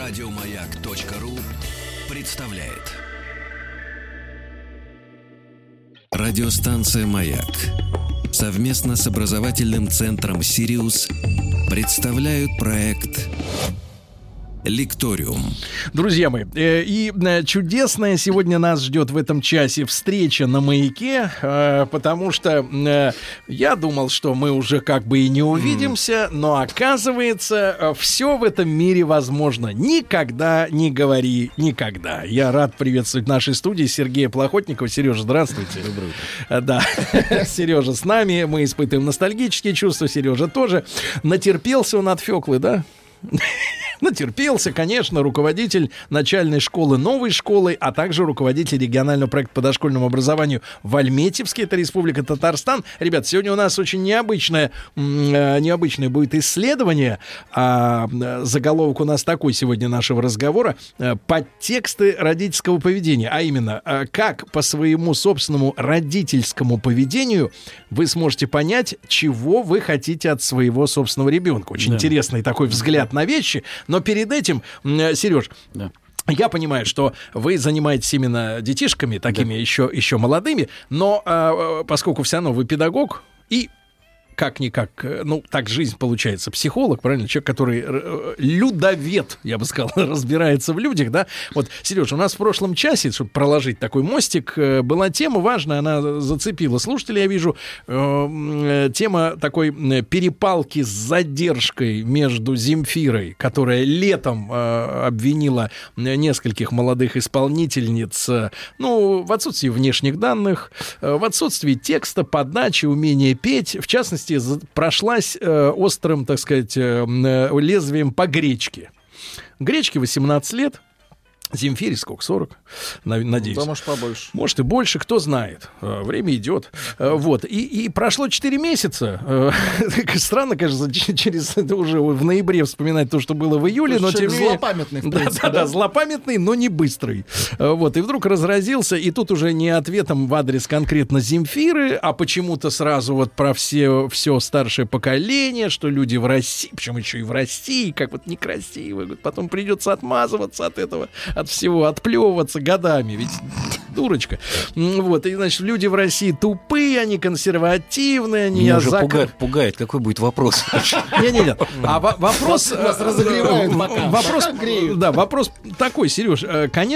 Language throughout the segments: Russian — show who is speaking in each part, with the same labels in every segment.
Speaker 1: Радиомаяк.ру представляет. Радиостанция «Маяк» совместно с образовательным центром «Сириус» представляют проект «Лекториум».
Speaker 2: Друзья мои, и чудесная сегодня нас ждет в этом часе встреча на «Маяке», потому что я думал, что мы уже как бы и не увидимся, но оказывается, все в этом мире возможно. Никогда не говори никогда. Я рад приветствовать в нашей студии Сергея Плохотникова. Сережа, здравствуйте.
Speaker 3: Доброе утро.
Speaker 2: Да, Сережа с нами, мы испытываем ностальгические чувства, Сережа тоже. Натерпелся он от Фёклы, да? Натерпелся, конечно, руководитель начальной школы «Новой школы», а также руководитель регионального проекта по дошкольному образованию в Альметьевске, это Республика Татарстан. Ребят, сегодня у нас очень необычное будет исследование. Заголовок у нас такой сегодня нашего разговора: подтексты родительского поведения. А именно, как по своему собственному родительскому поведению вы сможете понять, чего вы хотите от своего собственного ребенка. Очень интересный такой взгляд на вещи. Но перед этим, Сереж, я понимаю, что вы занимаетесь именно детишками, такими еще молодыми, но поскольку все равно вы педагог и как-никак, так жизнь получается, психолог, правильно, человек, который людовед, я бы сказал, разбирается в людях, да. Вот, Сереж, у нас в прошлом часе, чтобы проложить такой мостик, была тема важная, она зацепила слушателей, я вижу, тема такой перепалки с задержкой между Земфирой, которая летом обвинила нескольких молодых исполнительниц, в отсутствии внешних данных, в отсутствии текста, подачи, умения петь, в частности, прошлась острым, так сказать, лезвием по Гречке. Гречке 18 лет. Земфире сколько? 40? Надеюсь. Да, может, побольше. Может, и больше, кто знает. Время идет. Вот. И прошло 4 месяца. Странно, кажется, через это уже в ноябре вспоминать то, что было в июле. Но тем не менее... Злопамятный, в принципе. Да, злопамятный, но не быстрый. Вот. И вдруг разразился. И тут уже не ответом в адрес конкретно Земфиры, а почему-то сразу вот про все старшее поколение, что люди в России, причем еще и в России, как вот некрасиво. Потом придется отмазываться от этого, от всего, отплевываться годами, ведь дурочка. Вот, и, значит, люди в России тупые, они консервативные, они...
Speaker 3: Меня уже пугает, какой будет вопрос.
Speaker 2: Не-не-не, а вопрос... Вас разогревают пока. Вопрос такой, Сереж,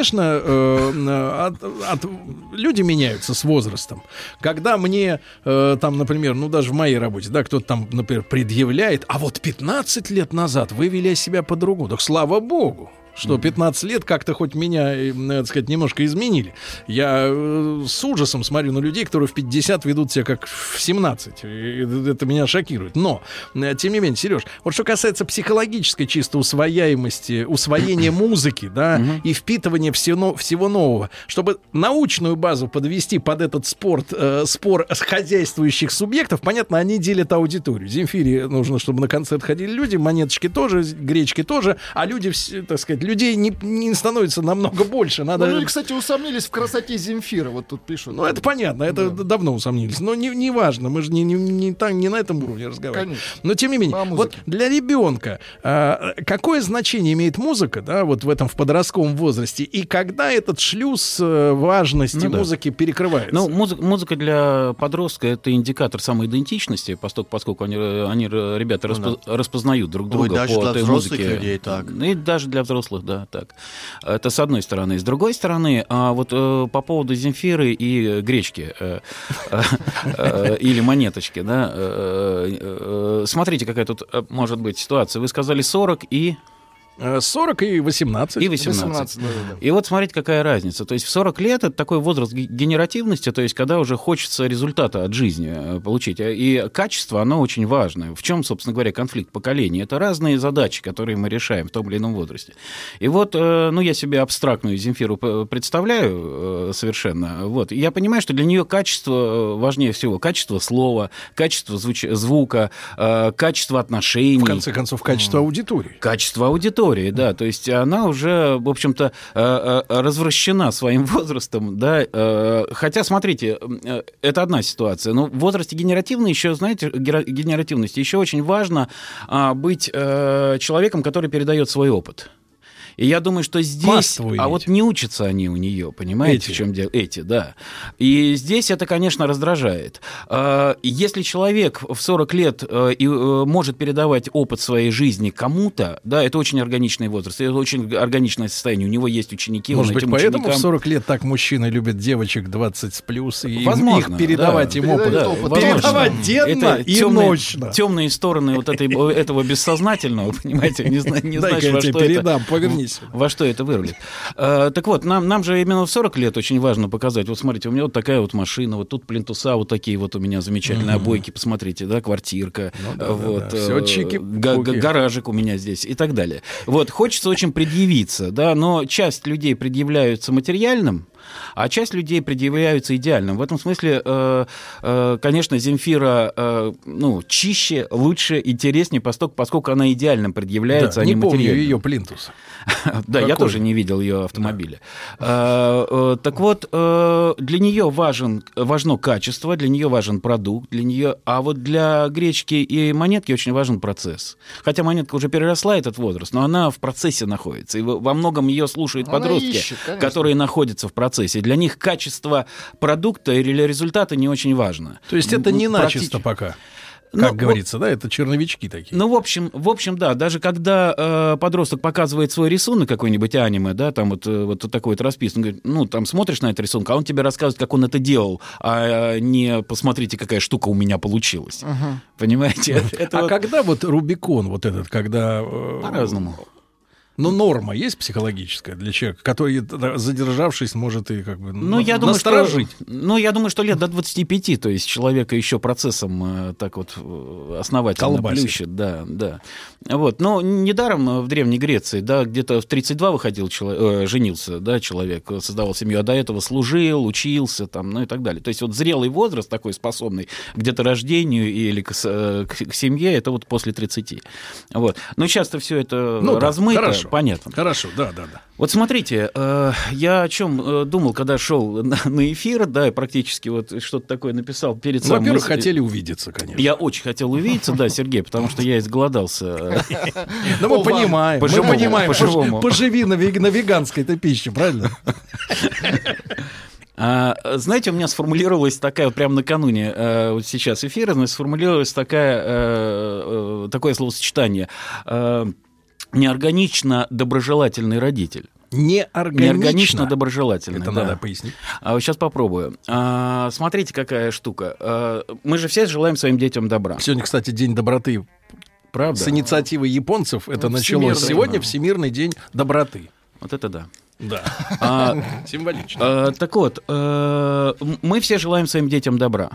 Speaker 2: конечно, люди меняются с возрастом. Когда мне, там, например, даже в моей работе, да, кто-то там, например, предъявляет, а вот 15 лет назад вы вели себя по-другому. Так слава богу, что 15 лет как-то хоть меня, так сказать, немножко изменили. Я с ужасом смотрю на людей, которые в 50 ведут себя как в 17. Это меня шокирует. Но, тем не менее, Сереж, вот что касается психологической чисто усвояемости, усвоения музыки, да, и впитывания всего нового, чтобы научную базу подвести под этот спор хозяйствующих субъектов, понятно, они делят аудиторию. Земфире нужно, чтобы на концерт ходили люди, монеточки тоже, гречки тоже, а люди, так сказать, людей не становится намного больше.
Speaker 4: Люди, кстати, усомнились в красоте Земфиры, вот тут пишут.
Speaker 2: Это понятно, это давно усомнились. Но не важно, мы же не на этом уровне разговариваем. Конечно. Но тем не менее, вот для ребенка какое значение имеет музыка, да, вот в этом в подростковом возрасте, и когда этот шлюз важности музыки перекрывается?
Speaker 3: Музыка для подростка — это индикатор самоидентичности, поскольку они ребята, распознают друг друга по этой музыке. Людей, так. И даже для взрослых. Да, так. Это с одной стороны. С другой стороны, вот по поводу Земфиры и гречки или монеточки, да, смотрите, какая тут может быть ситуация. Вы сказали 40 и
Speaker 2: 40 и 18.
Speaker 3: И 18. И вот смотрите, какая разница. То есть в 40 лет это такой возраст генеративности, то есть когда уже хочется результата от жизни получить. И качество, оно очень важное. В чем, собственно говоря, конфликт поколений? Это разные задачи, которые мы решаем в том или ином возрасте. И вот, я себе абстрактную Земфиру представляю совершенно. Вот. И я понимаю, что для нее качество важнее всего. Качество слова, качество звука, качество отношений.
Speaker 2: В конце концов, качество аудитории.
Speaker 3: Качество аудитории. Да, то есть она уже, в общем-то, развращена своим возрастом, да, хотя, смотрите, это одна ситуация, но в возрасте генеративности еще очень важно быть человеком, который передает свой опыт. И я думаю, что здесь... А вот не учатся они у нее, понимаете, в чем дело? Эти, да. И здесь это, конечно, раздражает. Если человек в 40 лет может передавать опыт своей жизни кому-то, да, это очень органичный возраст, это очень органичное состояние. У него есть ученики.
Speaker 2: Может быть, поэтому в 40 лет так мужчины любят девочек 20 с плюс, и
Speaker 3: возможно,
Speaker 2: их передавать им опыт.
Speaker 3: Да,
Speaker 2: передавать денно и ночно.
Speaker 3: Темные стороны вот этого бессознательного, понимаете, не знаешь, во что это...
Speaker 2: Повернись.
Speaker 3: Во что это вырулит. Так вот, нам же именно в 40 лет очень важно показать. Вот смотрите, у меня вот такая вот машина, вот тут плинтуса, вот такие вот у меня замечательные обойки, посмотрите, да, квартирка,
Speaker 2: все чики,
Speaker 3: гаражик у меня здесь и так далее. Вот, хочется очень предъявиться, да, но часть людей предъявляются материальным, а часть людей предъявляются идеальным. В этом смысле, конечно, Земфира чище, лучше, интереснее, поскольку она идеальным предъявляется, а не материальным.
Speaker 2: Не помню ее плинтус.
Speaker 3: Да, я тоже не видел ее автомобиля. Так вот, для нее важно качество, для нее важен продукт, а вот для гречки и монетки очень важен процесс. Хотя монетка уже переросла этот возраст, но она в процессе находится. И во многом ее слушают подростки, которые находятся в процессе. Для них качество продукта или результата не очень важно.
Speaker 2: То есть это не начисто пока? Как говорится, да, это черновички такие.
Speaker 3: Ну, в общем, да, даже когда подросток показывает свой рисунок, какой-нибудь аниме, да, там вот такой вот расписан, говорит, там смотришь на этот рисунок, а он тебе рассказывает, как он это делал, а не посмотрите, какая штука у меня получилась. Понимаете?
Speaker 2: Когда вот Рубикон вот этот, когда...
Speaker 3: По-разному.
Speaker 2: Но норма есть психологическая для человека, который, задержавшись, может и как бы
Speaker 3: насторожить? Я думаю, что лет до 25, то есть человека еще процессом так вот основательно плющит. Да. Вот. Но недаром в Древней Греции, да, где-то в 32 женился, да, человек, создавал семью, а до этого служил, учился, там, и так далее. То есть вот зрелый возраст такой способный к деторождению или к семье, это вот после 30. Вот. Но часто все это размыто.
Speaker 2: Хорошо.
Speaker 3: Понятно.
Speaker 2: Хорошо, да.
Speaker 3: Вот смотрите, я о чем думал, когда шел на эфир, да, и практически вот что-то такое написал перед самым...
Speaker 2: Во-первых, хотели увидеться, конечно.
Speaker 3: Я очень хотел увидеться, да, Сергей, потому что я изголодался.
Speaker 2: Ну, мы понимаем,
Speaker 3: по-живому.
Speaker 2: Поживи на веганской-то пище, правильно?
Speaker 3: Знаете, у меня сформулировалась такая, вот прямо накануне вот сейчас эфира, сформулировалось такое словосочетание «неорганично доброжелательный родитель». Неорганично доброжелательный.
Speaker 2: Это надо пояснить.
Speaker 3: Сейчас попробую. Смотрите, какая штука. Мы же все желаем своим детям добра.
Speaker 2: Сегодня, кстати, День доброты. Правда? С инициативы японцев это началось. Сегодня Всемирный день доброты.
Speaker 3: Вот это да.
Speaker 2: Да. Символично.
Speaker 3: Так вот, мы все желаем своим детям добра.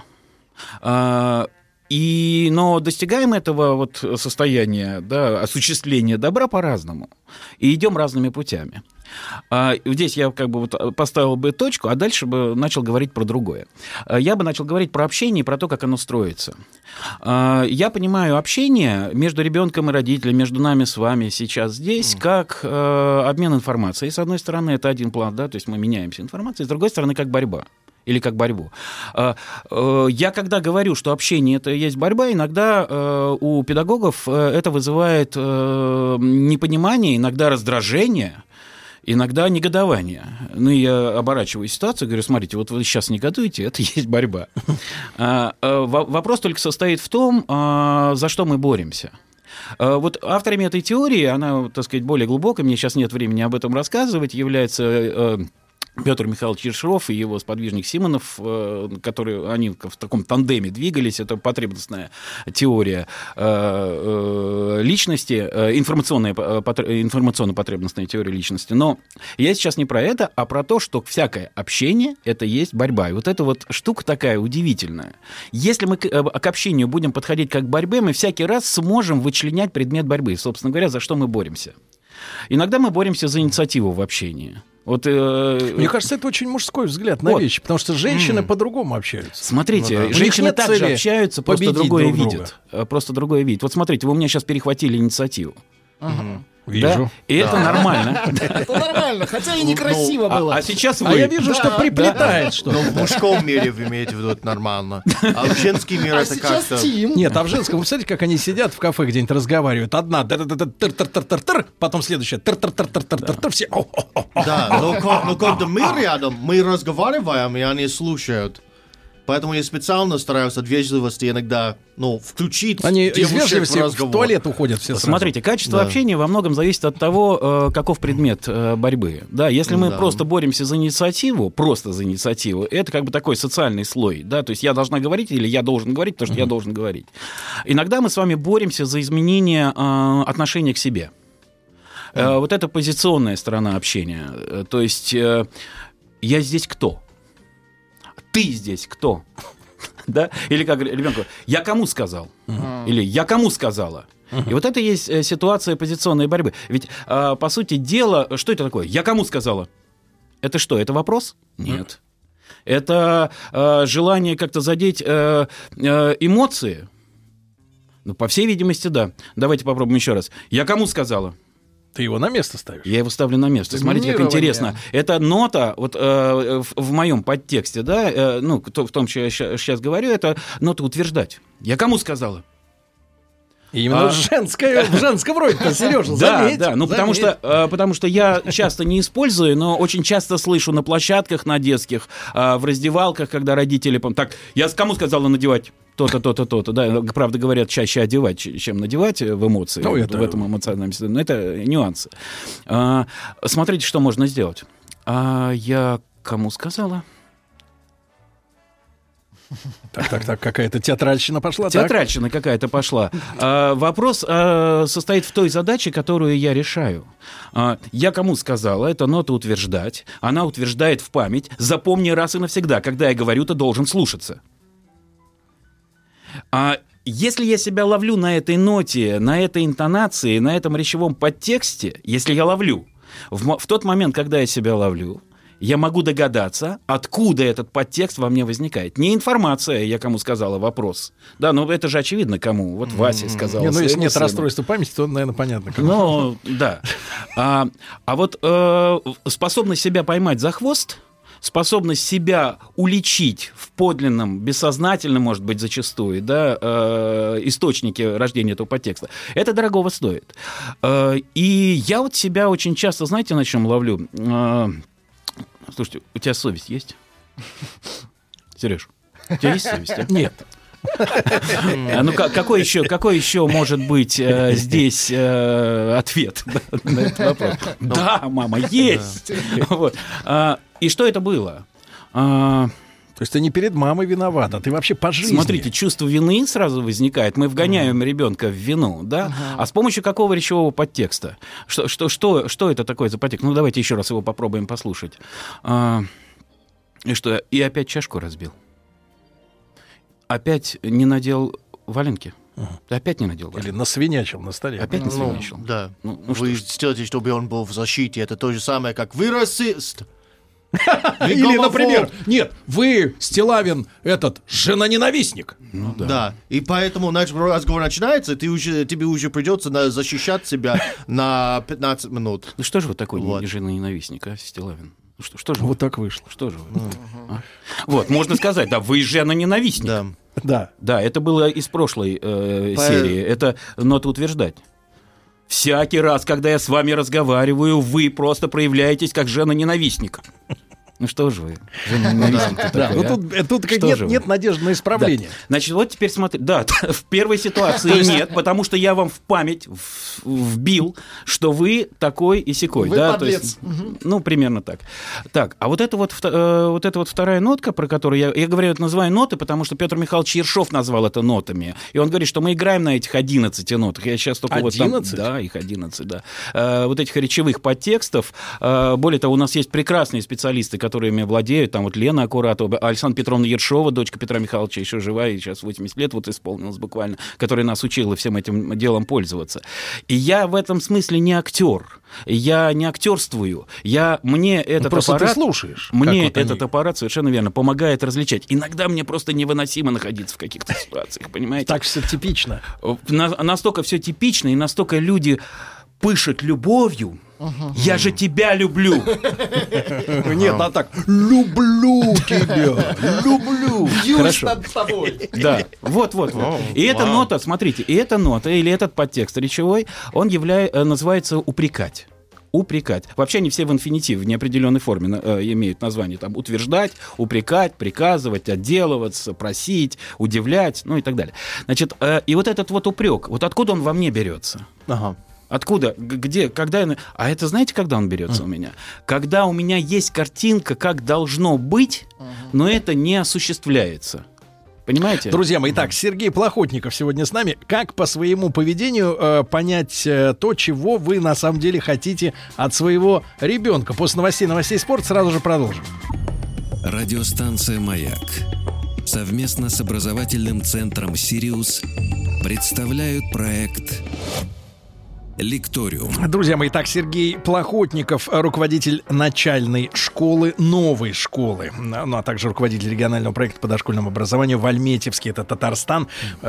Speaker 3: Но достигаем этого вот состояния, да, осуществления добра по-разному. И идем разными путями. Здесь я как бы вот поставил бы точку, а дальше бы начал говорить про другое. Я бы начал говорить про общение и про то, как оно строится. Я понимаю общение между ребенком и родителем, между нами с вами сейчас здесь, как обмен информацией. С одной стороны, это один план, да, то есть мы меняемся информацией, с другой стороны, как борьба. Или как борьбу. Я когда говорю, что общение — это есть борьба, иногда у педагогов это вызывает непонимание, иногда раздражение, иногда негодование. Я оборачиваю ситуацию, говорю, смотрите, вот вы сейчас негодуете, это есть борьба. Вопрос только состоит в том, за что мы боремся. Вот авторами этой теории, она, так сказать, более глубокая, мне сейчас нет времени об этом рассказывать, является... Петр Михайлович Ершов и его сподвижник Симонов, они в таком тандеме двигались, это потребностная теория личности, информационно-потребностная теория личности. Но я сейчас не про это, а про то, что всякое общение — это есть борьба. И вот эта вот штука такая удивительная. Если мы к общению будем подходить как к борьбе, мы всякий раз сможем вычленять предмет борьбы. Собственно говоря, за что мы боремся. Иногда мы боремся за инициативу в общении.
Speaker 2: Мне кажется, это очень мужской взгляд на вещи, потому что женщины по-другому общаются.
Speaker 3: Смотрите, женщины также общаются, просто другое видят. Просто другое видят. Вот смотрите, вы у меня сейчас перехватили инициативу.
Speaker 2: Вижу.
Speaker 3: Да? И это нормально.
Speaker 4: Это нормально, хотя и некрасиво было.
Speaker 3: А сейчас вы...
Speaker 2: А я вижу, что приплетает что-то.
Speaker 5: Но в мужском мире вы имеете в виду, это нормально. А в женском мире
Speaker 4: А
Speaker 5: это
Speaker 4: сейчас
Speaker 5: как-то...
Speaker 4: Тим.
Speaker 2: Нет, а в женском, вы представляете, как они сидят в кафе где-нибудь разговаривают. Одна тыр-тыр-тыр-тыр-тыр, потом следующая тыр-тыр-тыр-тыр-тыр-тыр, все.
Speaker 5: Да, но когда мы рядом, мы разговариваем, и они слушают. Поэтому я специально стараюсь от вежливости иногда, включить
Speaker 2: Они из
Speaker 5: девушек
Speaker 2: вежливости
Speaker 5: в
Speaker 2: в
Speaker 5: разговор.
Speaker 2: туалет уходят все сразу.
Speaker 3: Смотрите, качество
Speaker 5: Да.
Speaker 3: общения во многом зависит от того, каков предмет борьбы. Да, если мы
Speaker 5: Да.
Speaker 3: просто боремся за инициативу, это как бы такой социальный слой. Да, то есть я должна говорить или я должен говорить, потому что я должен говорить. Иногда мы с вами боремся за изменение отношения к себе. Вот это позиционная сторона общения. То есть я здесь кто? Ты здесь кто? Да? Или как ребенку, я кому сказал? Или я кому сказала? И вот это и есть ситуация позиционной борьбы. Ведь, по сути дела, что это такое? Я кому сказала? Это что, это вопрос? Нет. Это желание как-то задеть эмоции? Ну, по всей видимости, да. Давайте попробуем еще раз. Я кому сказала?
Speaker 2: Ты его на место ставишь?
Speaker 3: Я его ставлю на место. Смотрите, как интересно. Это нота, вот в моем подтексте, да, в том, что я сейчас говорю, это нота утверждать. Я кому сказала?
Speaker 2: Именно в женском роде-то, Сережа, заметь.
Speaker 3: Да, потому что я часто не использую, но очень часто слышу на площадках, на детских, в раздевалках, когда родители, так, я кому сказала надевать? То-то, то-то, то-то, да, правда говорят, чаще одевать, чем надевать в эмоции, в этом эмоциональном состоянии, но это нюансы. Смотрите, что можно сделать. Я кому сказала?
Speaker 2: Так, какая-то театральщина пошла.
Speaker 3: Театральщина какая-то пошла. Вопрос состоит в той задаче, которую я решаю. Я кому сказала, это нота утверждать, она утверждает в память, запомни раз и навсегда, когда я говорю, ты должен слушаться. Если я себя ловлю на этой ноте, на этой интонации, на этом речевом подтексте, если я ловлю, в тот момент, когда я себя ловлю, я могу догадаться, откуда этот подтекст во мне возникает. Не информация, я кому сказала, вопрос. Да, но это же очевидно кому. Вот Вася сказал.
Speaker 2: Если нет расстройства памяти, то, наверное, понятно.
Speaker 3: Ну, да. А вот способность себя поймать за хвост, способность себя уличить в подлинном, бессознательном, может быть, зачастую, да, источнике рождения этого подтекста, это дорогого стоит. И я вот себя очень часто, знаете, на чем ловлю? Слушайте, у тебя совесть есть? Сереж, у тебя есть совесть? А?
Speaker 2: Нет.
Speaker 3: Ну, какой еще может быть здесь ответ на этот вопрос? Да, мама, есть! Вот. И что это было?
Speaker 2: То есть ты не перед мамой виновата, ты вообще по жизни.
Speaker 3: Смотрите, чувство вины сразу возникает. Мы вгоняем ребенка в вину, да? А с помощью какого речевого подтекста? Что это такое за подтекст? Ну, давайте еще раз его попробуем послушать. И что? И опять чашку разбил. Опять не надел валенки. Ты опять не надел валенки.
Speaker 2: Или насвинячил на столе.
Speaker 3: Опять насвинячил.
Speaker 5: Да. Вы сделаете, чтобы он был в защите. Это то же самое, как вы расист.
Speaker 2: Или, например, нет, вы, Стилавин, женоненавистник.
Speaker 3: Ну, да.
Speaker 5: Да, и поэтому разговор начинается, тебе уже придется защищать себя на 15 минут.
Speaker 3: Ну что же вы такой
Speaker 5: Вот.
Speaker 3: женоненавистник, Стилавин? Что же
Speaker 2: Вот так вышло.
Speaker 3: Что же вы? Вот, можно сказать, да, вы женоненавистник.
Speaker 5: Да.
Speaker 2: Да.
Speaker 3: Да, это было из прошлой серии. Это нота утверждать. Всякий раз, когда я с вами разговариваю, вы просто проявляетесь как жена-ненавистник. Ну что же вы, жена-ненавистник такой,
Speaker 2: Ну тут нет надежды на исправление.
Speaker 3: Да. Значит, вот теперь смотри. Да, в первой ситуации нет, потому что я вам в память вбил, что вы такой и сякой.
Speaker 4: Вы
Speaker 3: да,
Speaker 4: подлец.
Speaker 3: то есть, ну, примерно так. Так, а вот эта вот вторая нотка, про которую я говорю, это называю ноты, потому что Петр Михайлович Ершов назвал это нотами. И он говорит, что мы играем на этих 11 нотах. Я сейчас только
Speaker 2: 11?
Speaker 3: Да, их 11, да. Вот этих речевых подтекстов. Более того, у нас есть прекрасные специалисты, которыми владеют, там вот Лена Аккуратова, Александра Петровна Ершова, дочка Петра Михайловича, еще жива, и сейчас 80 лет вот исполнилось буквально, которая нас учила всем этим делом пользоваться. И я в этом смысле не актер. Я не актерствую. Мне этот
Speaker 2: просто
Speaker 3: аппарат...
Speaker 2: ты слушаешь.
Speaker 3: Мне этот аппарат, совершенно верно, помогает различать. Иногда мне просто невыносимо находиться в каких-то ситуациях, понимаете?
Speaker 2: Так все типично.
Speaker 3: Настолько все типично, и настолько люди пышет любовью, я же тебя люблю.
Speaker 2: Нет, а так, люблю тебя, люблю.
Speaker 4: Бьюсь над тобой.
Speaker 3: Да, вот. И эта нота, смотрите, и эта нота или этот подтекст речевой, он называется упрекать. Упрекать. Вообще они все в инфинитиве, в неопределенной форме имеют название. Там утверждать, упрекать, приказывать, отделываться, просить, удивлять, ну и так далее. Значит, и вот этот вот упрек, вот откуда он во мне берется?
Speaker 2: Ага.
Speaker 3: Откуда? Где? Когда? А это знаете, когда он берется у меня? Когда у меня есть картинка, как должно быть, но это не осуществляется. Понимаете?
Speaker 2: Друзья мои, итак, Сергей Плохотников сегодня с нами. Как по своему поведению понять то, чего вы на самом деле хотите от своего ребенка? После новостей спорта сразу же продолжим.
Speaker 1: Радиостанция «Маяк» совместно с образовательным центром «Сириус» представляют проект «Лекториум».
Speaker 2: Друзья мои, так, Сергей Плохотников, руководитель начальной школы, новой школы, ну, а также руководитель регионального проекта по дошкольному образованию в Альметьевске, это Татарстан.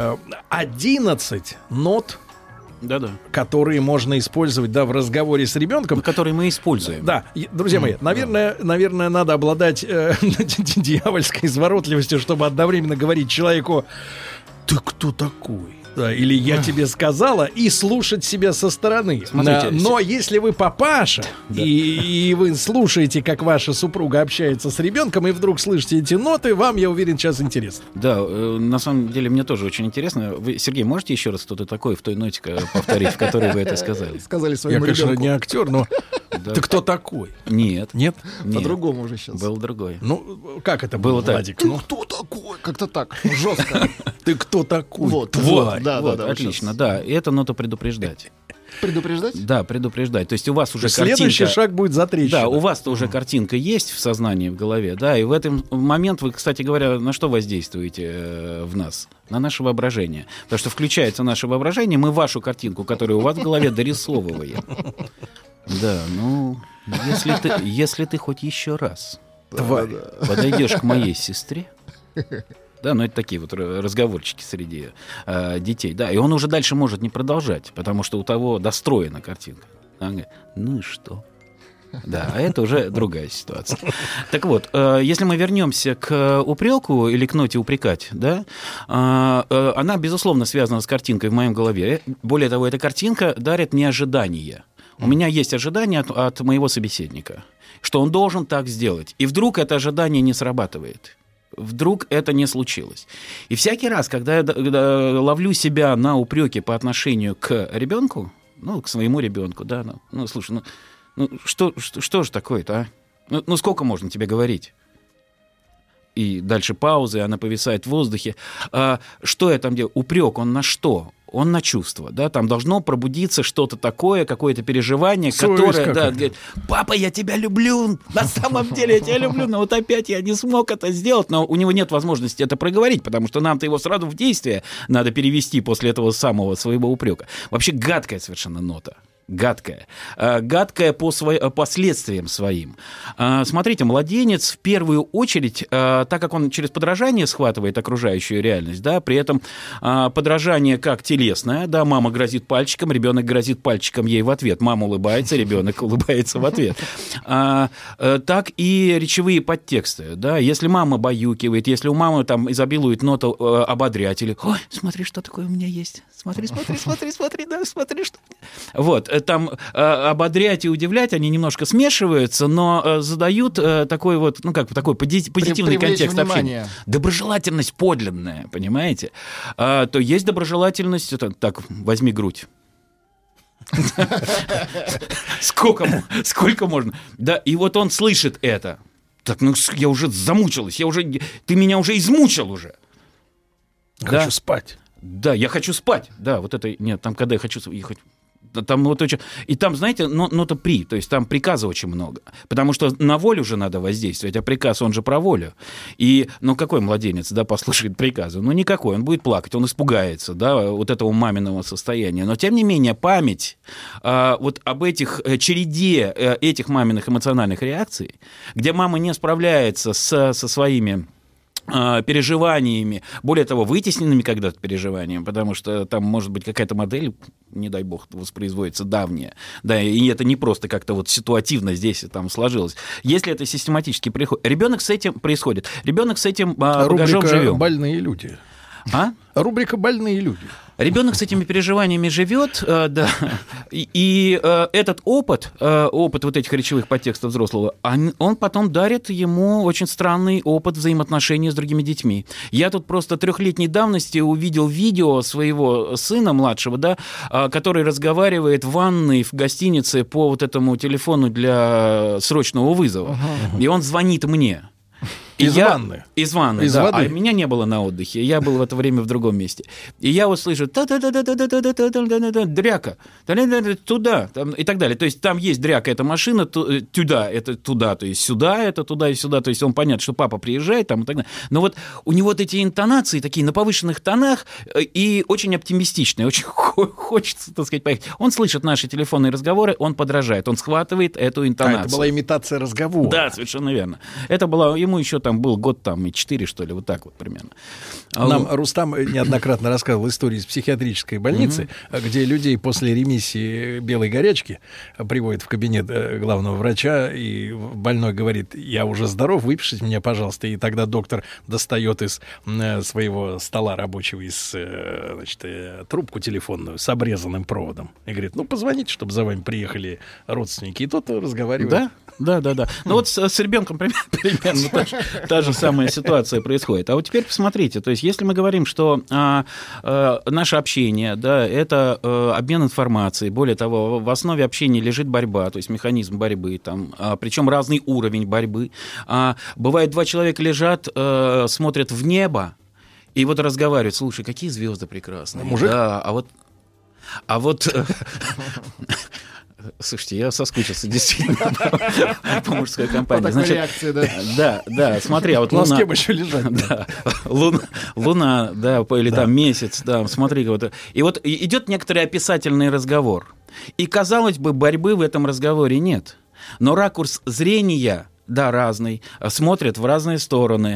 Speaker 2: 11 нот,
Speaker 3: да-да,
Speaker 2: которые можно использовать, да, в разговоре с ребенком.
Speaker 3: Которые мы используем.
Speaker 2: Да, друзья мои, наверное, надо обладать дьявольской изворотливостью, чтобы одновременно говорить человеку: «Ты кто такой?» Да, или «я тебе сказала», и слушать себя со стороны.
Speaker 3: Смотрите,
Speaker 2: но если вы папаша, и вы слушаете, как ваша супруга общается с ребенком, и вдруг слышите эти ноты, вам, я уверен, сейчас интересно.
Speaker 3: Да, на самом деле мне тоже очень интересно. Вы, Сергей, можете еще раз кто-то такой в той ноте повторить, в которой вы это сказали?
Speaker 4: Сказали своему ребенку.
Speaker 2: Я, конечно, не актер, но ты кто такой?
Speaker 3: Нет.
Speaker 2: Нет?
Speaker 4: По-другому уже сейчас.
Speaker 3: Был другой.
Speaker 2: Ну, как это было, Владик?
Speaker 4: Ты кто такой? Как-то так, жестко.
Speaker 2: Ты кто такой?
Speaker 4: Вот,
Speaker 2: тварь.
Speaker 4: Да,
Speaker 3: отлично, сейчас. Да. И это нота предупреждать.
Speaker 4: Предупреждать?
Speaker 3: Да, предупреждать. То есть у вас уже
Speaker 2: следующий шаг будет затрещина.
Speaker 3: Да, у вас-то уже картинка есть в сознании, в голове, да, и в этот момент вы, кстати говоря, на что воздействуете в нас? На наше воображение. Потому что включается наше воображение, мы вашу картинку, которая у вас в голове, дорисовываем. Да, ну, если ты хоть еще раз подойдешь к моей сестре, да, ну это такие вот разговорчики среди детей, да, и он уже дальше может не продолжать, потому что у того достроена картинка. Он говорит: ну и что? Да, а это уже другая ситуация. Так вот, если мы вернемся к упреку или к ноте упрекать, да, она, безусловно, связана с картинкой в моей голове. Более того, эта картинка дарит мне ожидания. У меня есть ожидание от моего собеседника, что он должен так сделать. И вдруг это ожидание не срабатывает. Вдруг это не случилось. И всякий раз, когда я ловлю себя на упреке по отношению к ребенку, ну, к своему ребенку, да, ну слушай, что же такое-то, а? Ну, сколько можно тебе говорить? И дальше паузы, она повисает в воздухе. Что я там делаю? Упрек, он на что? Он на чувство, да, там должно пробудиться что-то такое, какое-то переживание, которое, да, говорит: папа, я тебя люблю, на самом деле я тебя люблю, но вот опять я не смог это сделать, но у него нет возможности это проговорить, потому что нам-то его сразу в действие надо перевести после этого самого своего упрека. Вообще гадкая совершенно нота. Гадкая по последствиям своим. Смотрите, младенец в первую очередь, так как он через подражание схватывает окружающую реальность, да, при этом подражание как телесное, да, мама грозит пальчиком, ребенок грозит пальчиком ей в ответ, мама улыбается, ребенок улыбается в ответ, так и речевые подтексты, да, если мама баюкивает, если у мамы там изобилует нота ободрятеля: ой, смотри, что такое у меня есть, смотри, да, смотри, что... Вот, там ободрять и удивлять, они немножко смешиваются, но задают такой вот, ну как, такой позитивный контекст общения. Доброжелательность подлинная, понимаете? То есть доброжелательность, это так, возьми грудь. Сколько можно? Да, и вот он слышит это. Так, ну я уже замучилась, ты меня уже измучил уже.
Speaker 2: Хочу спать.
Speaker 3: Да, я хочу спать. Да, вот это, нет, там, когда я хочу ехать. Там вот очень... И там, знаете, нота «при», то есть там приказа очень много. Потому что на волю же надо воздействовать, а приказ, он же про волю. И, ну, какой младенец, да, послушает приказа? Ну, никакой, он будет плакать, он испугается, да, вот этого маминого состояния. Но, тем не менее, память вот об этих череде этих маминых эмоциональных реакций, где мама не справляется со своими переживаниями, более того, вытесненными когда-то переживаниями, потому что там может быть какая-то модель, не дай бог, воспроизводится давняя, да, и это не просто как-то вот ситуативно здесь там сложилось. Если это систематически происходит, ребенок с этим багажом живет.
Speaker 2: «Больные люди». Рубрика «Больные люди».
Speaker 3: Ребенок с этими переживаниями живет, да, и этот опыт вот этих речевых подтекстов взрослого, он потом дарит ему очень странный опыт взаимоотношений с другими детьми. Я тут просто 3-летней давности увидел видео своего сына младшего, да, который разговаривает в ванной в гостинице по вот этому телефону для срочного вызова, и он звонит мне.
Speaker 2: Из ванны?
Speaker 3: Из ванны,
Speaker 2: из
Speaker 3: да.
Speaker 2: воды.
Speaker 3: А меня не было на отдыхе. Я был в это время в другом месте. И я вот слышу дряка, туда, и так далее. То есть там есть дряка, это машина, туда, это туда, то есть сюда, это туда и сюда. То есть он понятно, что папа приезжает там и так далее. Но вот у него вот эти интонации такие на повышенных тонах и очень оптимистичные. Очень хочется, так сказать, поехать. Он слышит наши телефонные разговоры, он подражает, он схватывает эту интонацию.
Speaker 2: Это была имитация разговора.
Speaker 3: Да, совершенно верно. Это было, ему еще там был год там и 4, что ли, вот так вот примерно.
Speaker 2: Нам Рустам неоднократно рассказывал истории из психиатрической больницы, где людей после ремиссии белой горячки приводят в кабинет главного врача, и больной говорит: я уже здоров, выпишите меня, пожалуйста. И тогда доктор достает из своего стола рабочего трубку телефонную с обрезанным проводом и говорит: ну, позвоните, чтобы за вами приехали родственники. И тот разговаривает.
Speaker 3: Да. Ну вот с ребенком примерно та же самая ситуация происходит. А вот теперь посмотрите, то есть если мы говорим, что наше общение, да, это обмен информацией, более того, в основе общения лежит борьба, то есть механизм борьбы, там, причем разный уровень борьбы. Бывает, 2 человека лежат, смотрят в небо и вот разговаривают: слушай, какие звезды прекрасные.
Speaker 2: Мужик?
Speaker 3: Да, а вот слушайте, я соскучился действительно по мужской компании.
Speaker 4: По такой реакции, да.
Speaker 3: Да, смотри, а вот Луна...
Speaker 2: Ну, с кем еще лежать?
Speaker 3: Да, Луна, да, или там месяц, да, смотри, вот. И вот идет некоторый описательный разговор. И, казалось бы, борьбы в этом разговоре нет. Но ракурс зрения... Да, разный, смотрят в разные стороны.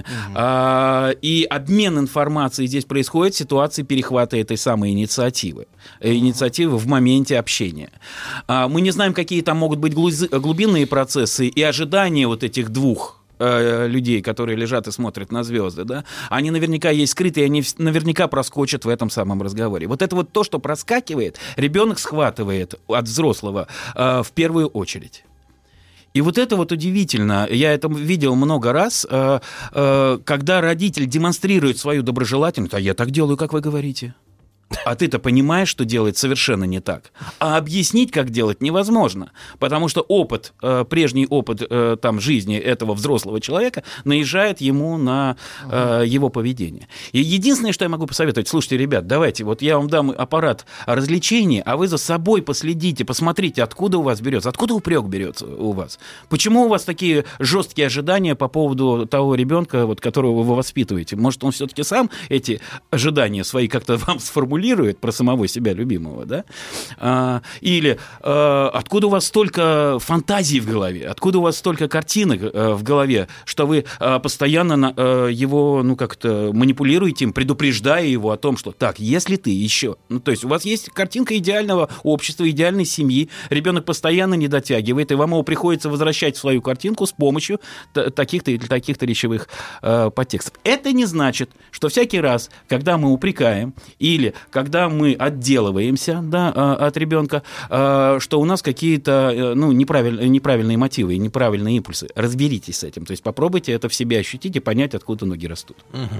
Speaker 3: И обмен информацией здесь происходит в ситуации перехвата этой самой инициативы. Инициативы в моменте общения. Мы не знаем, какие там могут быть глубинные процессы и ожидания вот этих 2 людей, которые лежат и смотрят на звезды, да, они наверняка есть скрытые, они наверняка проскочат в этом самом разговоре. Вот это вот то, что проскакивает, ребенок схватывает от взрослого в первую очередь. И вот это вот удивительно. Я это видел много раз, когда родитель демонстрирует свою доброжелательность. А я так делаю, как вы говорите. А ты-то понимаешь, что делает совершенно не так. А объяснить, как делать, невозможно. Потому что прежний опыт там, жизни этого взрослого человека наезжает ему на его поведение. И единственное, что я могу посоветовать: слушайте, ребят, давайте, вот я вам дам аппарат развлечений, а вы за собой последите, посмотрите, откуда у вас берется, откуда упрек берется у вас. Почему у вас такие жесткие ожидания по поводу того ребенка, вот, которого вы воспитываете? Может, он все-таки сам эти ожидания свои как-то вам сформулирует про самого себя любимого, да? Или откуда у вас столько фантазий в голове, откуда у вас столько картинок в голове, что вы постоянно его, ну, как-то манипулируете им, предупреждая его о том, что так, если ты еще... Ну, то есть у вас есть картинка идеального общества, идеальной семьи, ребенок постоянно не дотягивает, и вам его приходится возвращать в свою картинку с помощью таких-то или таких-то речевых подтекстов. Это не значит, что всякий раз, когда мы упрекаем или когда мы отделываемся, да, от ребенка, что у нас какие-то неправильные мотивы и неправильные импульсы. Разберитесь с этим. То есть попробуйте это в себе ощутить и понять, откуда ноги растут.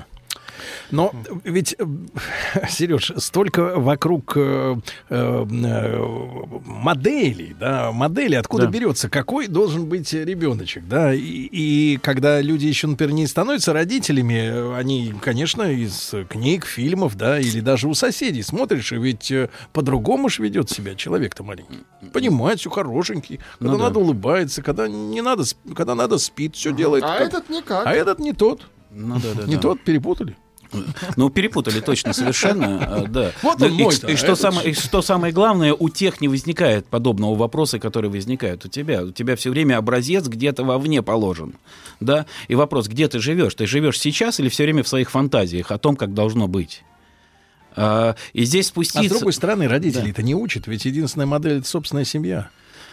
Speaker 2: Но ведь, Сереж, столько вокруг моделей, да, откуда берется, какой должен быть ребеночек, да, и когда люди еще, например, не становятся родителями, они, конечно, из книг, фильмов, да, или даже у соседей смотришь, и ведь по-другому ж ведет себя человек-то маленький. Понимает, все хорошенький, когда надо улыбается, когда не надо, когда надо спит, все делает.
Speaker 4: А этот никак.
Speaker 2: А этот не тот. Не тот, перепутали.
Speaker 3: Ну, перепутали точно совершенно, да.
Speaker 2: Вот он мой-то,
Speaker 3: и что самое главное, у тех не возникает подобного вопроса, который возникает у тебя. У тебя все время образец где-то вовне положен, да. И вопрос, где ты живешь? Ты живешь сейчас или все время в своих фантазиях о том, как должно быть? И здесь спуститься...
Speaker 2: А с другой стороны, родители-то не учат, ведь единственная модель — это собственная семья.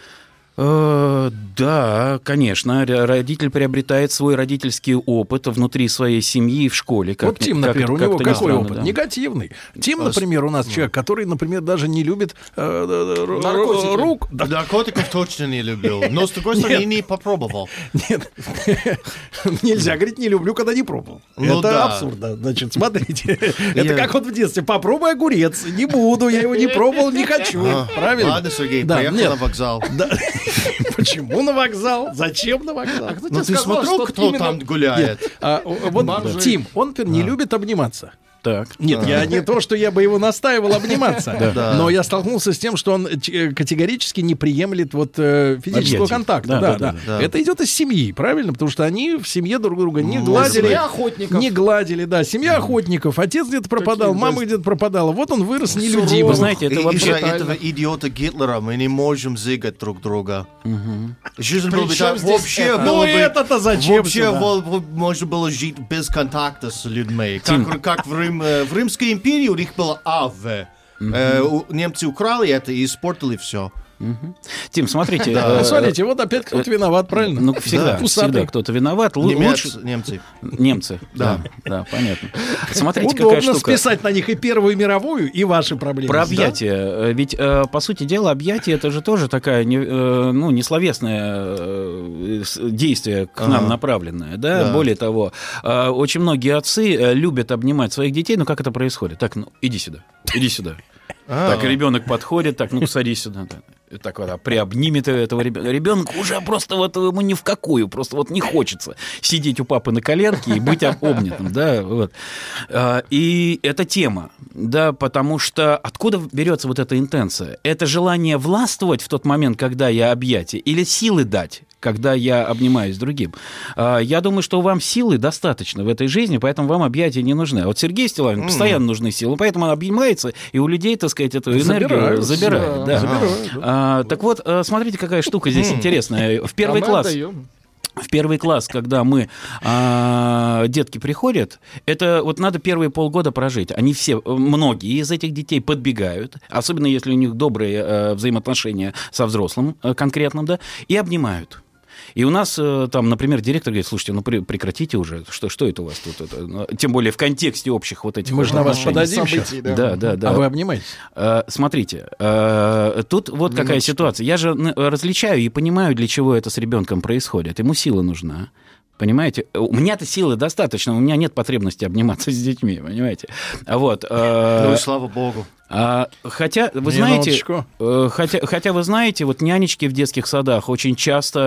Speaker 3: Да, конечно. Родитель приобретает свой родительский опыт внутри своей семьи и в школе.
Speaker 2: Вот Тим, например, у него какой опыт?
Speaker 3: Да.
Speaker 2: Негативный. Тим, например, у нас человек, который, например, даже не любит рук.
Speaker 5: Наркотиков точно не любил, но, с другой стороны, не попробовал.
Speaker 2: Нет, нельзя говорить «не люблю», когда не пробовал. Это абсурдно. Значит, смотрите, это как вот в детстве. Попробуй огурец. Не буду, я его не пробовал, не хочу. Правильно?
Speaker 5: Ладно, Сергей, поехал на вокзал.
Speaker 2: Почему на вокзал? Зачем на вокзал?
Speaker 5: Ну ты смотрел, кто там гуляет?
Speaker 2: Вот Тим, он не любит обниматься.
Speaker 3: Так.
Speaker 2: Нет, я не то, что я бы его настаивал обниматься, но я столкнулся с тем, что он категорически не приемлет вот физического контакта. Да. Это идет из семьи, правильно? Потому что они в семье друг друга не гладили.
Speaker 4: Семья охотников.
Speaker 2: Не гладили, да. Семья охотников. Отец где-то пропадал, мама где-то пропадала. Вот он вырос нелюдимым.
Speaker 3: Вы знаете, это вообще...
Speaker 5: Из-за этого идиота Гитлера мы не можем зыгать друг друга. Жизнь была бы так вообще...
Speaker 2: Ну это-то зачем?
Speaker 5: Вообще можно было жить без контакта с людьми. Как в Римской империи у них было АВ. Немцы украли это и испортили все.
Speaker 3: Тим, смотрите.
Speaker 2: Смотрите, вот опять кто-то виноват, правильно?
Speaker 3: Ну, всегда кто-то виноват. Немцы. Да, понятно. Смотрите, какая штука.
Speaker 2: Удобно списать на них и Первую мировую, и ваши проблемы.
Speaker 3: Про объятия. Ведь, по сути дела, объятие — это же тоже такая, несловесное действие к нам направленное. Да? Более того, очень многие отцы любят обнимать своих детей. Но как это происходит? Так, иди сюда. Так, ребенок подходит, так, садись сюда. Так вот, приобнимет этого ребенка. Ребенок уже просто вот ему ни в какую, просто вот не хочется сидеть у папы на коленке и быть обнятым, да, вот. И это тема, да, потому что откуда берется вот эта интенция? Это желание властвовать в тот момент, когда я объятие, или силы дать, когда я обнимаюсь с другим. Я думаю, что вам силы достаточно в этой жизни, поэтому вам объятия не нужны. А вот Сергей Стилавин постоянно нужны силы, поэтому он обнимается, и у людей, так сказать, эту энергию забирает. Да. Так вот, смотрите, какая штука здесь интересная. В первый класс, когда детки приходят, это вот надо первые полгода прожить. Они все, многие из этих детей подбегают, особенно если у них добрые взаимоотношения со взрослым конкретным, да, и обнимают. И у нас там, например, директор говорит: слушайте, прекратите уже, что это у вас тут? Тем более в контексте общих вот этих...
Speaker 2: Мы же на вас подадим сейчас.
Speaker 3: Да.
Speaker 2: А вы обнимаетесь?
Speaker 3: Смотрите, тут вот какая ситуация. Я же различаю и понимаю, для чего это с ребенком происходит. Ему сила нужна. Понимаете? У меня-то силы достаточно, у меня нет потребности обниматься с детьми, понимаете? Вот.
Speaker 5: Ну и слава богу.
Speaker 3: Хотя, вы знаете, вы знаете, вот нянечки в детских садах очень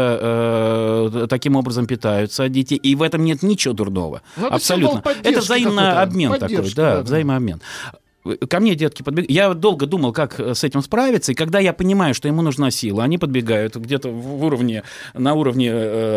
Speaker 3: часто таким образом питаются от детей, и в этом нет ничего дурного. Абсолютно. Это взаимный обмен такой, да, взаимообмен. Ко мне детки подбегают. Я долго думал, как с этим справиться, и когда я понимаю, что ему нужна сила, они подбегают где-то на уровне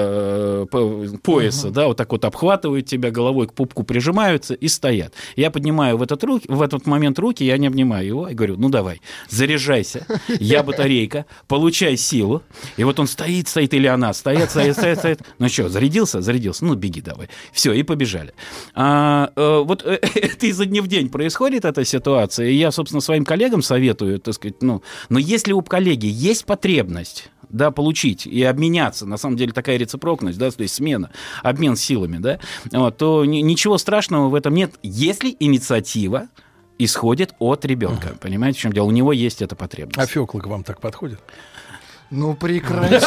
Speaker 3: пояса, да, вот так вот обхватывают тебя, головой к пупку прижимаются и стоят. Я поднимаю в этот момент руки, я не обнимаю его, и говорю: ну давай, заряжайся, я батарейка, получай силу. И вот он стоит, или она стоит. Ну что, зарядился? Ну беги давай. Все, и побежали. Вот это изо дня в день происходит, эта ситуация. И я, собственно, своим коллегам советую, так сказать, но если у коллеги есть потребность, да, получить и обменяться, на самом деле такая рецепрокность, да, то есть смена, обмен силами, да, вот, то ничего страшного в этом нет, если инициатива исходит от ребенка. Понимаете, в чем дело? У него есть эта потребность.
Speaker 2: А Фёклы к вам так подходит?
Speaker 4: Ну, прекратите.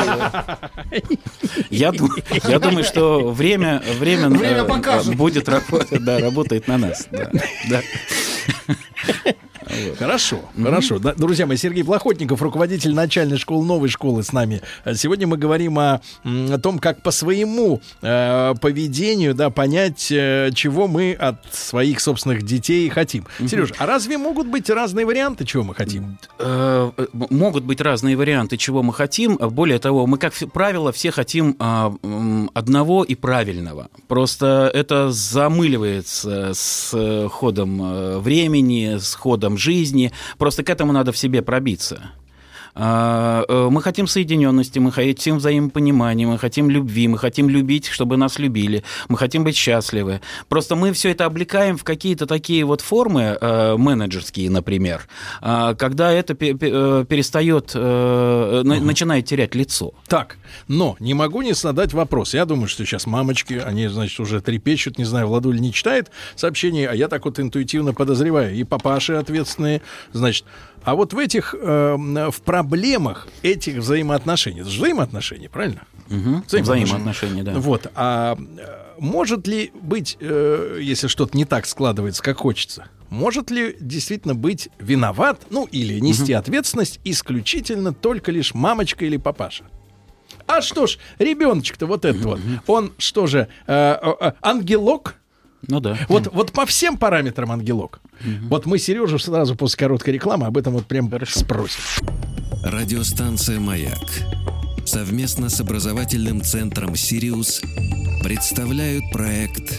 Speaker 3: Я думаю, что время будет работать, да, работает на нас. Да.
Speaker 2: Хорошо. Да, друзья мои, Сергей Плохотников, руководитель начальной школы, новой школы с нами. Сегодня мы говорим о том, как по своему поведению, да, понять, чего мы от своих собственных детей хотим. Сереж, а разве могут быть разные варианты, чего мы хотим?
Speaker 3: Могут быть разные варианты, чего мы хотим. Более того, мы, как правило, все хотим одного и правильного. Просто это замыливается с ходом времени, с ходом жизни. Просто к этому надо в себе пробиться. Мы хотим соединенности, мы хотим взаимопонимания, мы хотим любви, мы хотим любить, чтобы нас любили, мы хотим быть счастливы. Просто мы все это облекаем в какие-то такие вот формы менеджерские, например, когда это перестает, начинает терять лицо.
Speaker 2: Так, но не могу не задать вопрос. Я думаю, что сейчас мамочки, они, значит, уже трепещут, не знаю, Владуль не читает сообщения, а я так вот интуитивно подозреваю. И папаши ответственные, значит... А вот в этих, в проблемах этих взаимоотношений, это же взаимоотношения, правильно?
Speaker 3: Взаимоотношения, да.
Speaker 2: Вот, а может ли быть, если что-то не так складывается, как хочется, может ли действительно быть виноват, ну, или нести ответственность исключительно только лишь мамочка или папаша? А что ж, ребеночек-то вот этот вот, он что же, ангелок?
Speaker 3: Ну да.
Speaker 2: Вот по всем параметрам ангелок. Вот мы Сережу сразу после короткой рекламы об этом вот прям спросим.
Speaker 1: Радиостанция «Маяк» совместно с образовательным центром «Сириус» представляют проект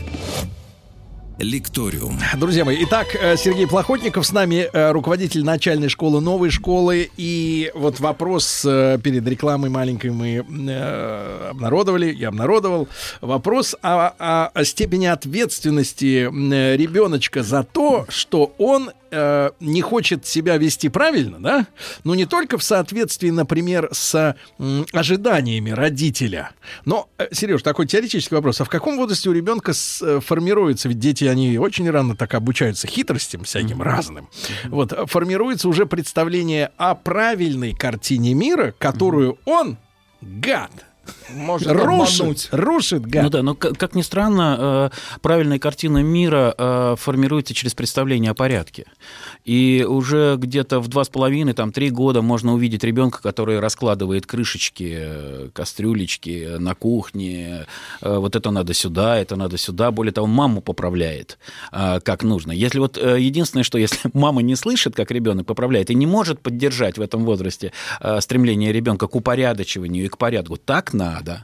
Speaker 1: «Лекториум».
Speaker 2: Друзья мои, итак, Сергей Плохотников с нами, руководитель начальной школы, новой школы. И вот вопрос перед рекламой маленькой мы обнародовали, я обнародовал. Вопрос о степени ответственности ребеночка за то, что он не хочет себя вести правильно, да? Но не только в соответствии, например, с ожиданиями родителя. Но, Сереж, такой теоретический вопрос. А в каком возрасте у ребенка формируется, ведь дети, они очень рано так обучаются хитростям всяким разным. Вот, формируется уже представление о правильной картине мира, которую он, гад,
Speaker 4: может
Speaker 2: рушит, гад.
Speaker 3: Ну да, но как ни странно, правильная картина мира формируется через представление о порядке. И уже где-то в 2,5-3 года можно увидеть ребенка, который раскладывает крышечки, кастрюлечки на кухне. Вот это надо сюда, это надо сюда. Более того, маму поправляет, как нужно. Если вот единственное, что если мама не слышит, как ребенок поправляет, и не может поддержать в этом возрасте стремление ребенка к упорядочиванию и к порядку, так надо,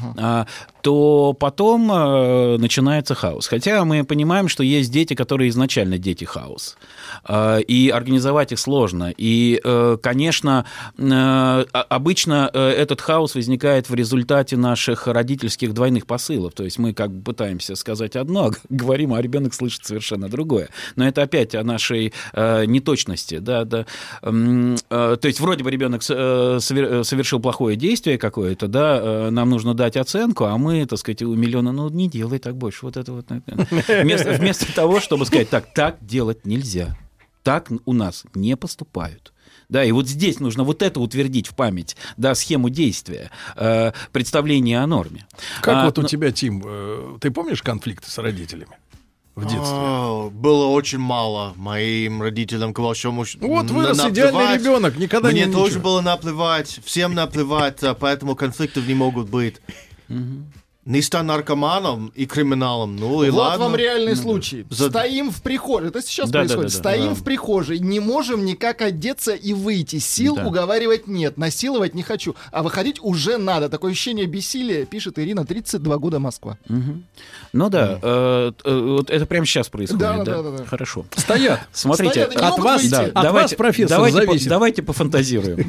Speaker 3: то потом начинается хаос. Хотя мы понимаем, что есть дети, которые изначально дети хаос. И организовать их сложно. И, конечно, обычно этот хаос возникает в результате наших родительских двойных посылов. То есть мы как бы пытаемся сказать одно, а говорим, а ребенок слышит совершенно другое. Но это опять о нашей неточности. Да, да. То есть вроде бы ребенок совершил плохое действие какое-то, да, нам нужно дать оценку, а мы, так сказать, у миллиона, ну, не делай так больше. Вот это вот. Вместо того, чтобы сказать, так делать нельзя. Так у нас не поступают. Да, и вот здесь нужно вот это утвердить в память, да, схему действия, представление о норме.
Speaker 2: Как у тебя, Тим, ты помнишь конфликты с родителями в детстве?
Speaker 5: Было очень мало моим родителям, к большому счету.
Speaker 2: Вот вырос идеальный ребенок, никогда не
Speaker 5: Мне тоже было наплевать, всем наплевать, поэтому конфликтов не могут быть. Не стань наркоманом и криминалом, ну и
Speaker 4: вот
Speaker 5: ладно.
Speaker 4: Вот вам реальный случай. Стоим в прихожей, это сейчас происходит. Стоим в прихожей, не можем никак одеться и выйти. Сил уговаривать нет, насиловать не хочу. А выходить уже надо. Такое ощущение бессилия, пишет Ирина, 32 года, Москва.
Speaker 3: Ну да, вот это прямо сейчас происходит. Да.
Speaker 2: Хорошо. Стоят.
Speaker 3: Смотрите,
Speaker 2: от вас, профессор, зависит.
Speaker 3: Давайте пофантазируем.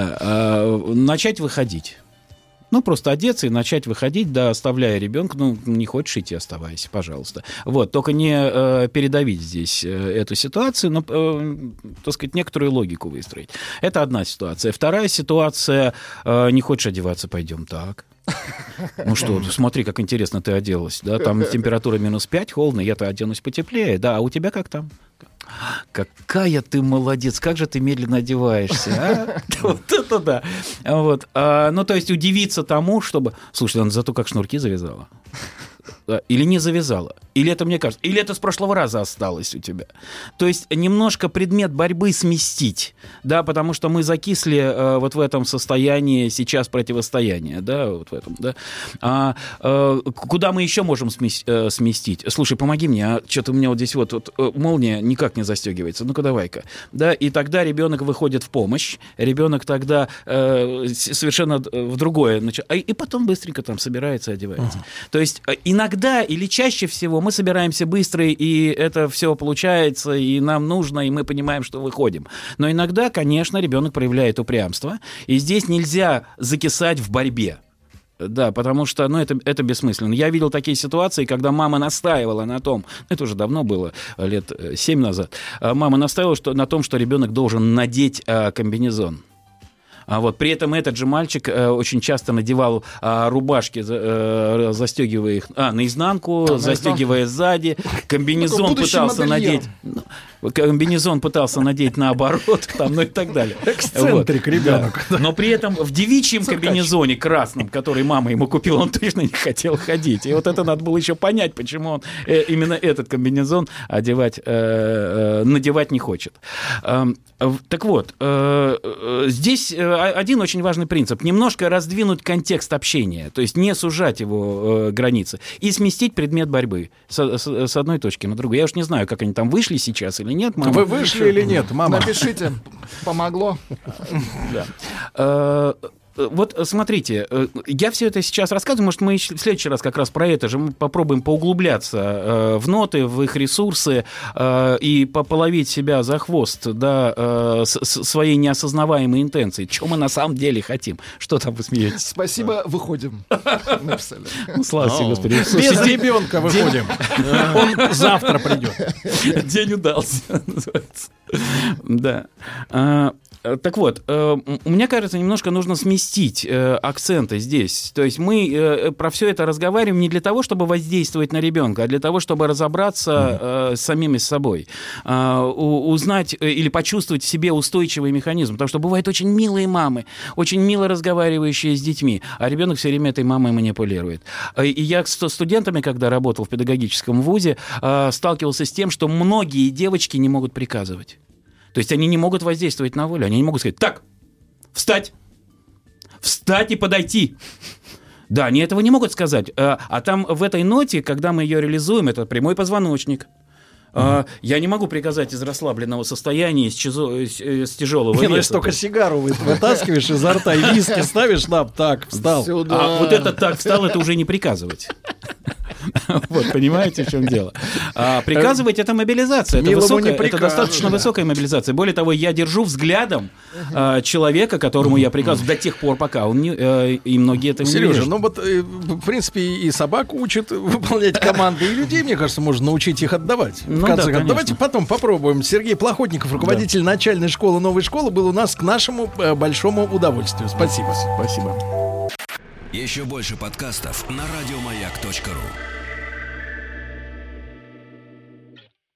Speaker 3: Начать выходить. Ну, просто одеться и начать выходить, да, оставляя ребенка. Ну, не хочешь идти, оставайся, пожалуйста. Вот, только не передавить здесь эту ситуацию, но, так сказать, некоторую логику выстроить. Это одна ситуация. Вторая ситуация, не хочешь одеваться, пойдем так. Ну что, смотри, как интересно ты оделась, да, там температура -5, холодно, я-то оденусь потеплее, да, а у тебя как там? Какая ты молодец, как же ты медленно одеваешься, а? Вот это да. Вот. Ну, то есть удивиться тому, чтобы... Слушай, она зато как шнурки завязала. или не завязала, или это мне кажется, или это с прошлого раза осталось у тебя. То есть немножко предмет борьбы сместить, да, потому что мы закисли вот в этом состоянии сейчас противостояния, да, вот в этом, да. Куда мы еще можем сместить? Слушай, помоги мне, а что-то у меня вот здесь вот молния никак не застегивается, ну-ка давай-ка, да, и тогда ребенок выходит в помощь, ребенок тогда совершенно в другое, и потом быстренько там собирается, одевается. То есть иногда или чаще всего мы собираемся быстро, и это все получается, и нам нужно, и мы понимаем, что выходим. Но иногда, конечно, ребенок проявляет упрямство, и здесь нельзя закисать в борьбе. Да, потому что, это бессмысленно. Я видел такие ситуации, когда мама настаивала на том, это уже давно было, лет 7 назад, мама настаивала на том, что ребенок должен надеть комбинезон. При этом этот же мальчик очень часто надевал рубашки, застегивая их наизнанку, застегивая сзади. Комбинезон пытался надеть. Комбинезон пытался надеть наоборот, и так далее.
Speaker 2: Эксцентрик, ребенок.
Speaker 3: Да. Но при этом в девичьем комбинезоне красном, который мама ему купила, он точно не хотел ходить. И вот это надо было еще понять, почему он именно этот комбинезон надевать не хочет. Так вот, здесь один очень важный принцип. Немножко раздвинуть контекст общения, то есть не сужать его границы, и сместить предмет борьбы с одной точки на другую. Я уж не знаю, как они там вышли сейчас или нет. Мама.
Speaker 2: Вы вышли или нет, мама?
Speaker 4: Напишите, помогло.
Speaker 3: Да. Вот смотрите, я все это сейчас рассказываю, может, мы в следующий раз как раз про это же мы попробуем поуглубляться в ноты, в их ресурсы и половить себя за хвост, да, своей неосознаваемой интенцией. Чего мы на самом деле хотим? Что там вы смеетесь?
Speaker 4: Спасибо, выходим. Написали.
Speaker 3: Слава тебе, Господи.
Speaker 2: Без ребенка выходим. Он завтра придет.
Speaker 3: День удался, называется. Да. Так вот, мне кажется, немножко нужно сместить акценты здесь. То есть мы про все это разговариваем не для того, чтобы воздействовать на ребенка, а для того, чтобы разобраться с самими собой, узнать или почувствовать в себе устойчивый механизм. Потому что бывают очень милые мамы, очень мило разговаривающие с детьми, а ребенок все время этой мамой манипулирует. И я с студентами, когда работал в педагогическом вузе, сталкивался с тем, что многие девочки не могут приказывать. То есть они не могут воздействовать на волю. Они не могут сказать: так, встать и подойти. Да, они этого не могут сказать. А там в этой ноте, когда мы ее реализуем, это прямой позвоночник. Я не могу приказать из расслабленного состояния, с тяжелого веса.
Speaker 2: Если только сигару вытаскиваешь изо рта и виски ставишь, так, встал.
Speaker 3: А вот это так встал, это уже не приказывать. Вот, понимаете, в чем дело? Приказывать — это мобилизация. Это достаточно высокая мобилизация. Более того, я держу взглядом человека, которому я приказываю до тех пор, пока он не... И многие это не
Speaker 2: Сережа, в принципе, и собак учат выполнять команды, и людей, мне кажется, можно научить их отдавать. В конце концов, давайте потом попробуем. Сергей Плохотников, руководитель начальной школы «Новой школы», был у нас к нашему большому удовольствию. Спасибо.
Speaker 3: Спасибо.
Speaker 1: Еще больше подкастов на радиомаяк.ру.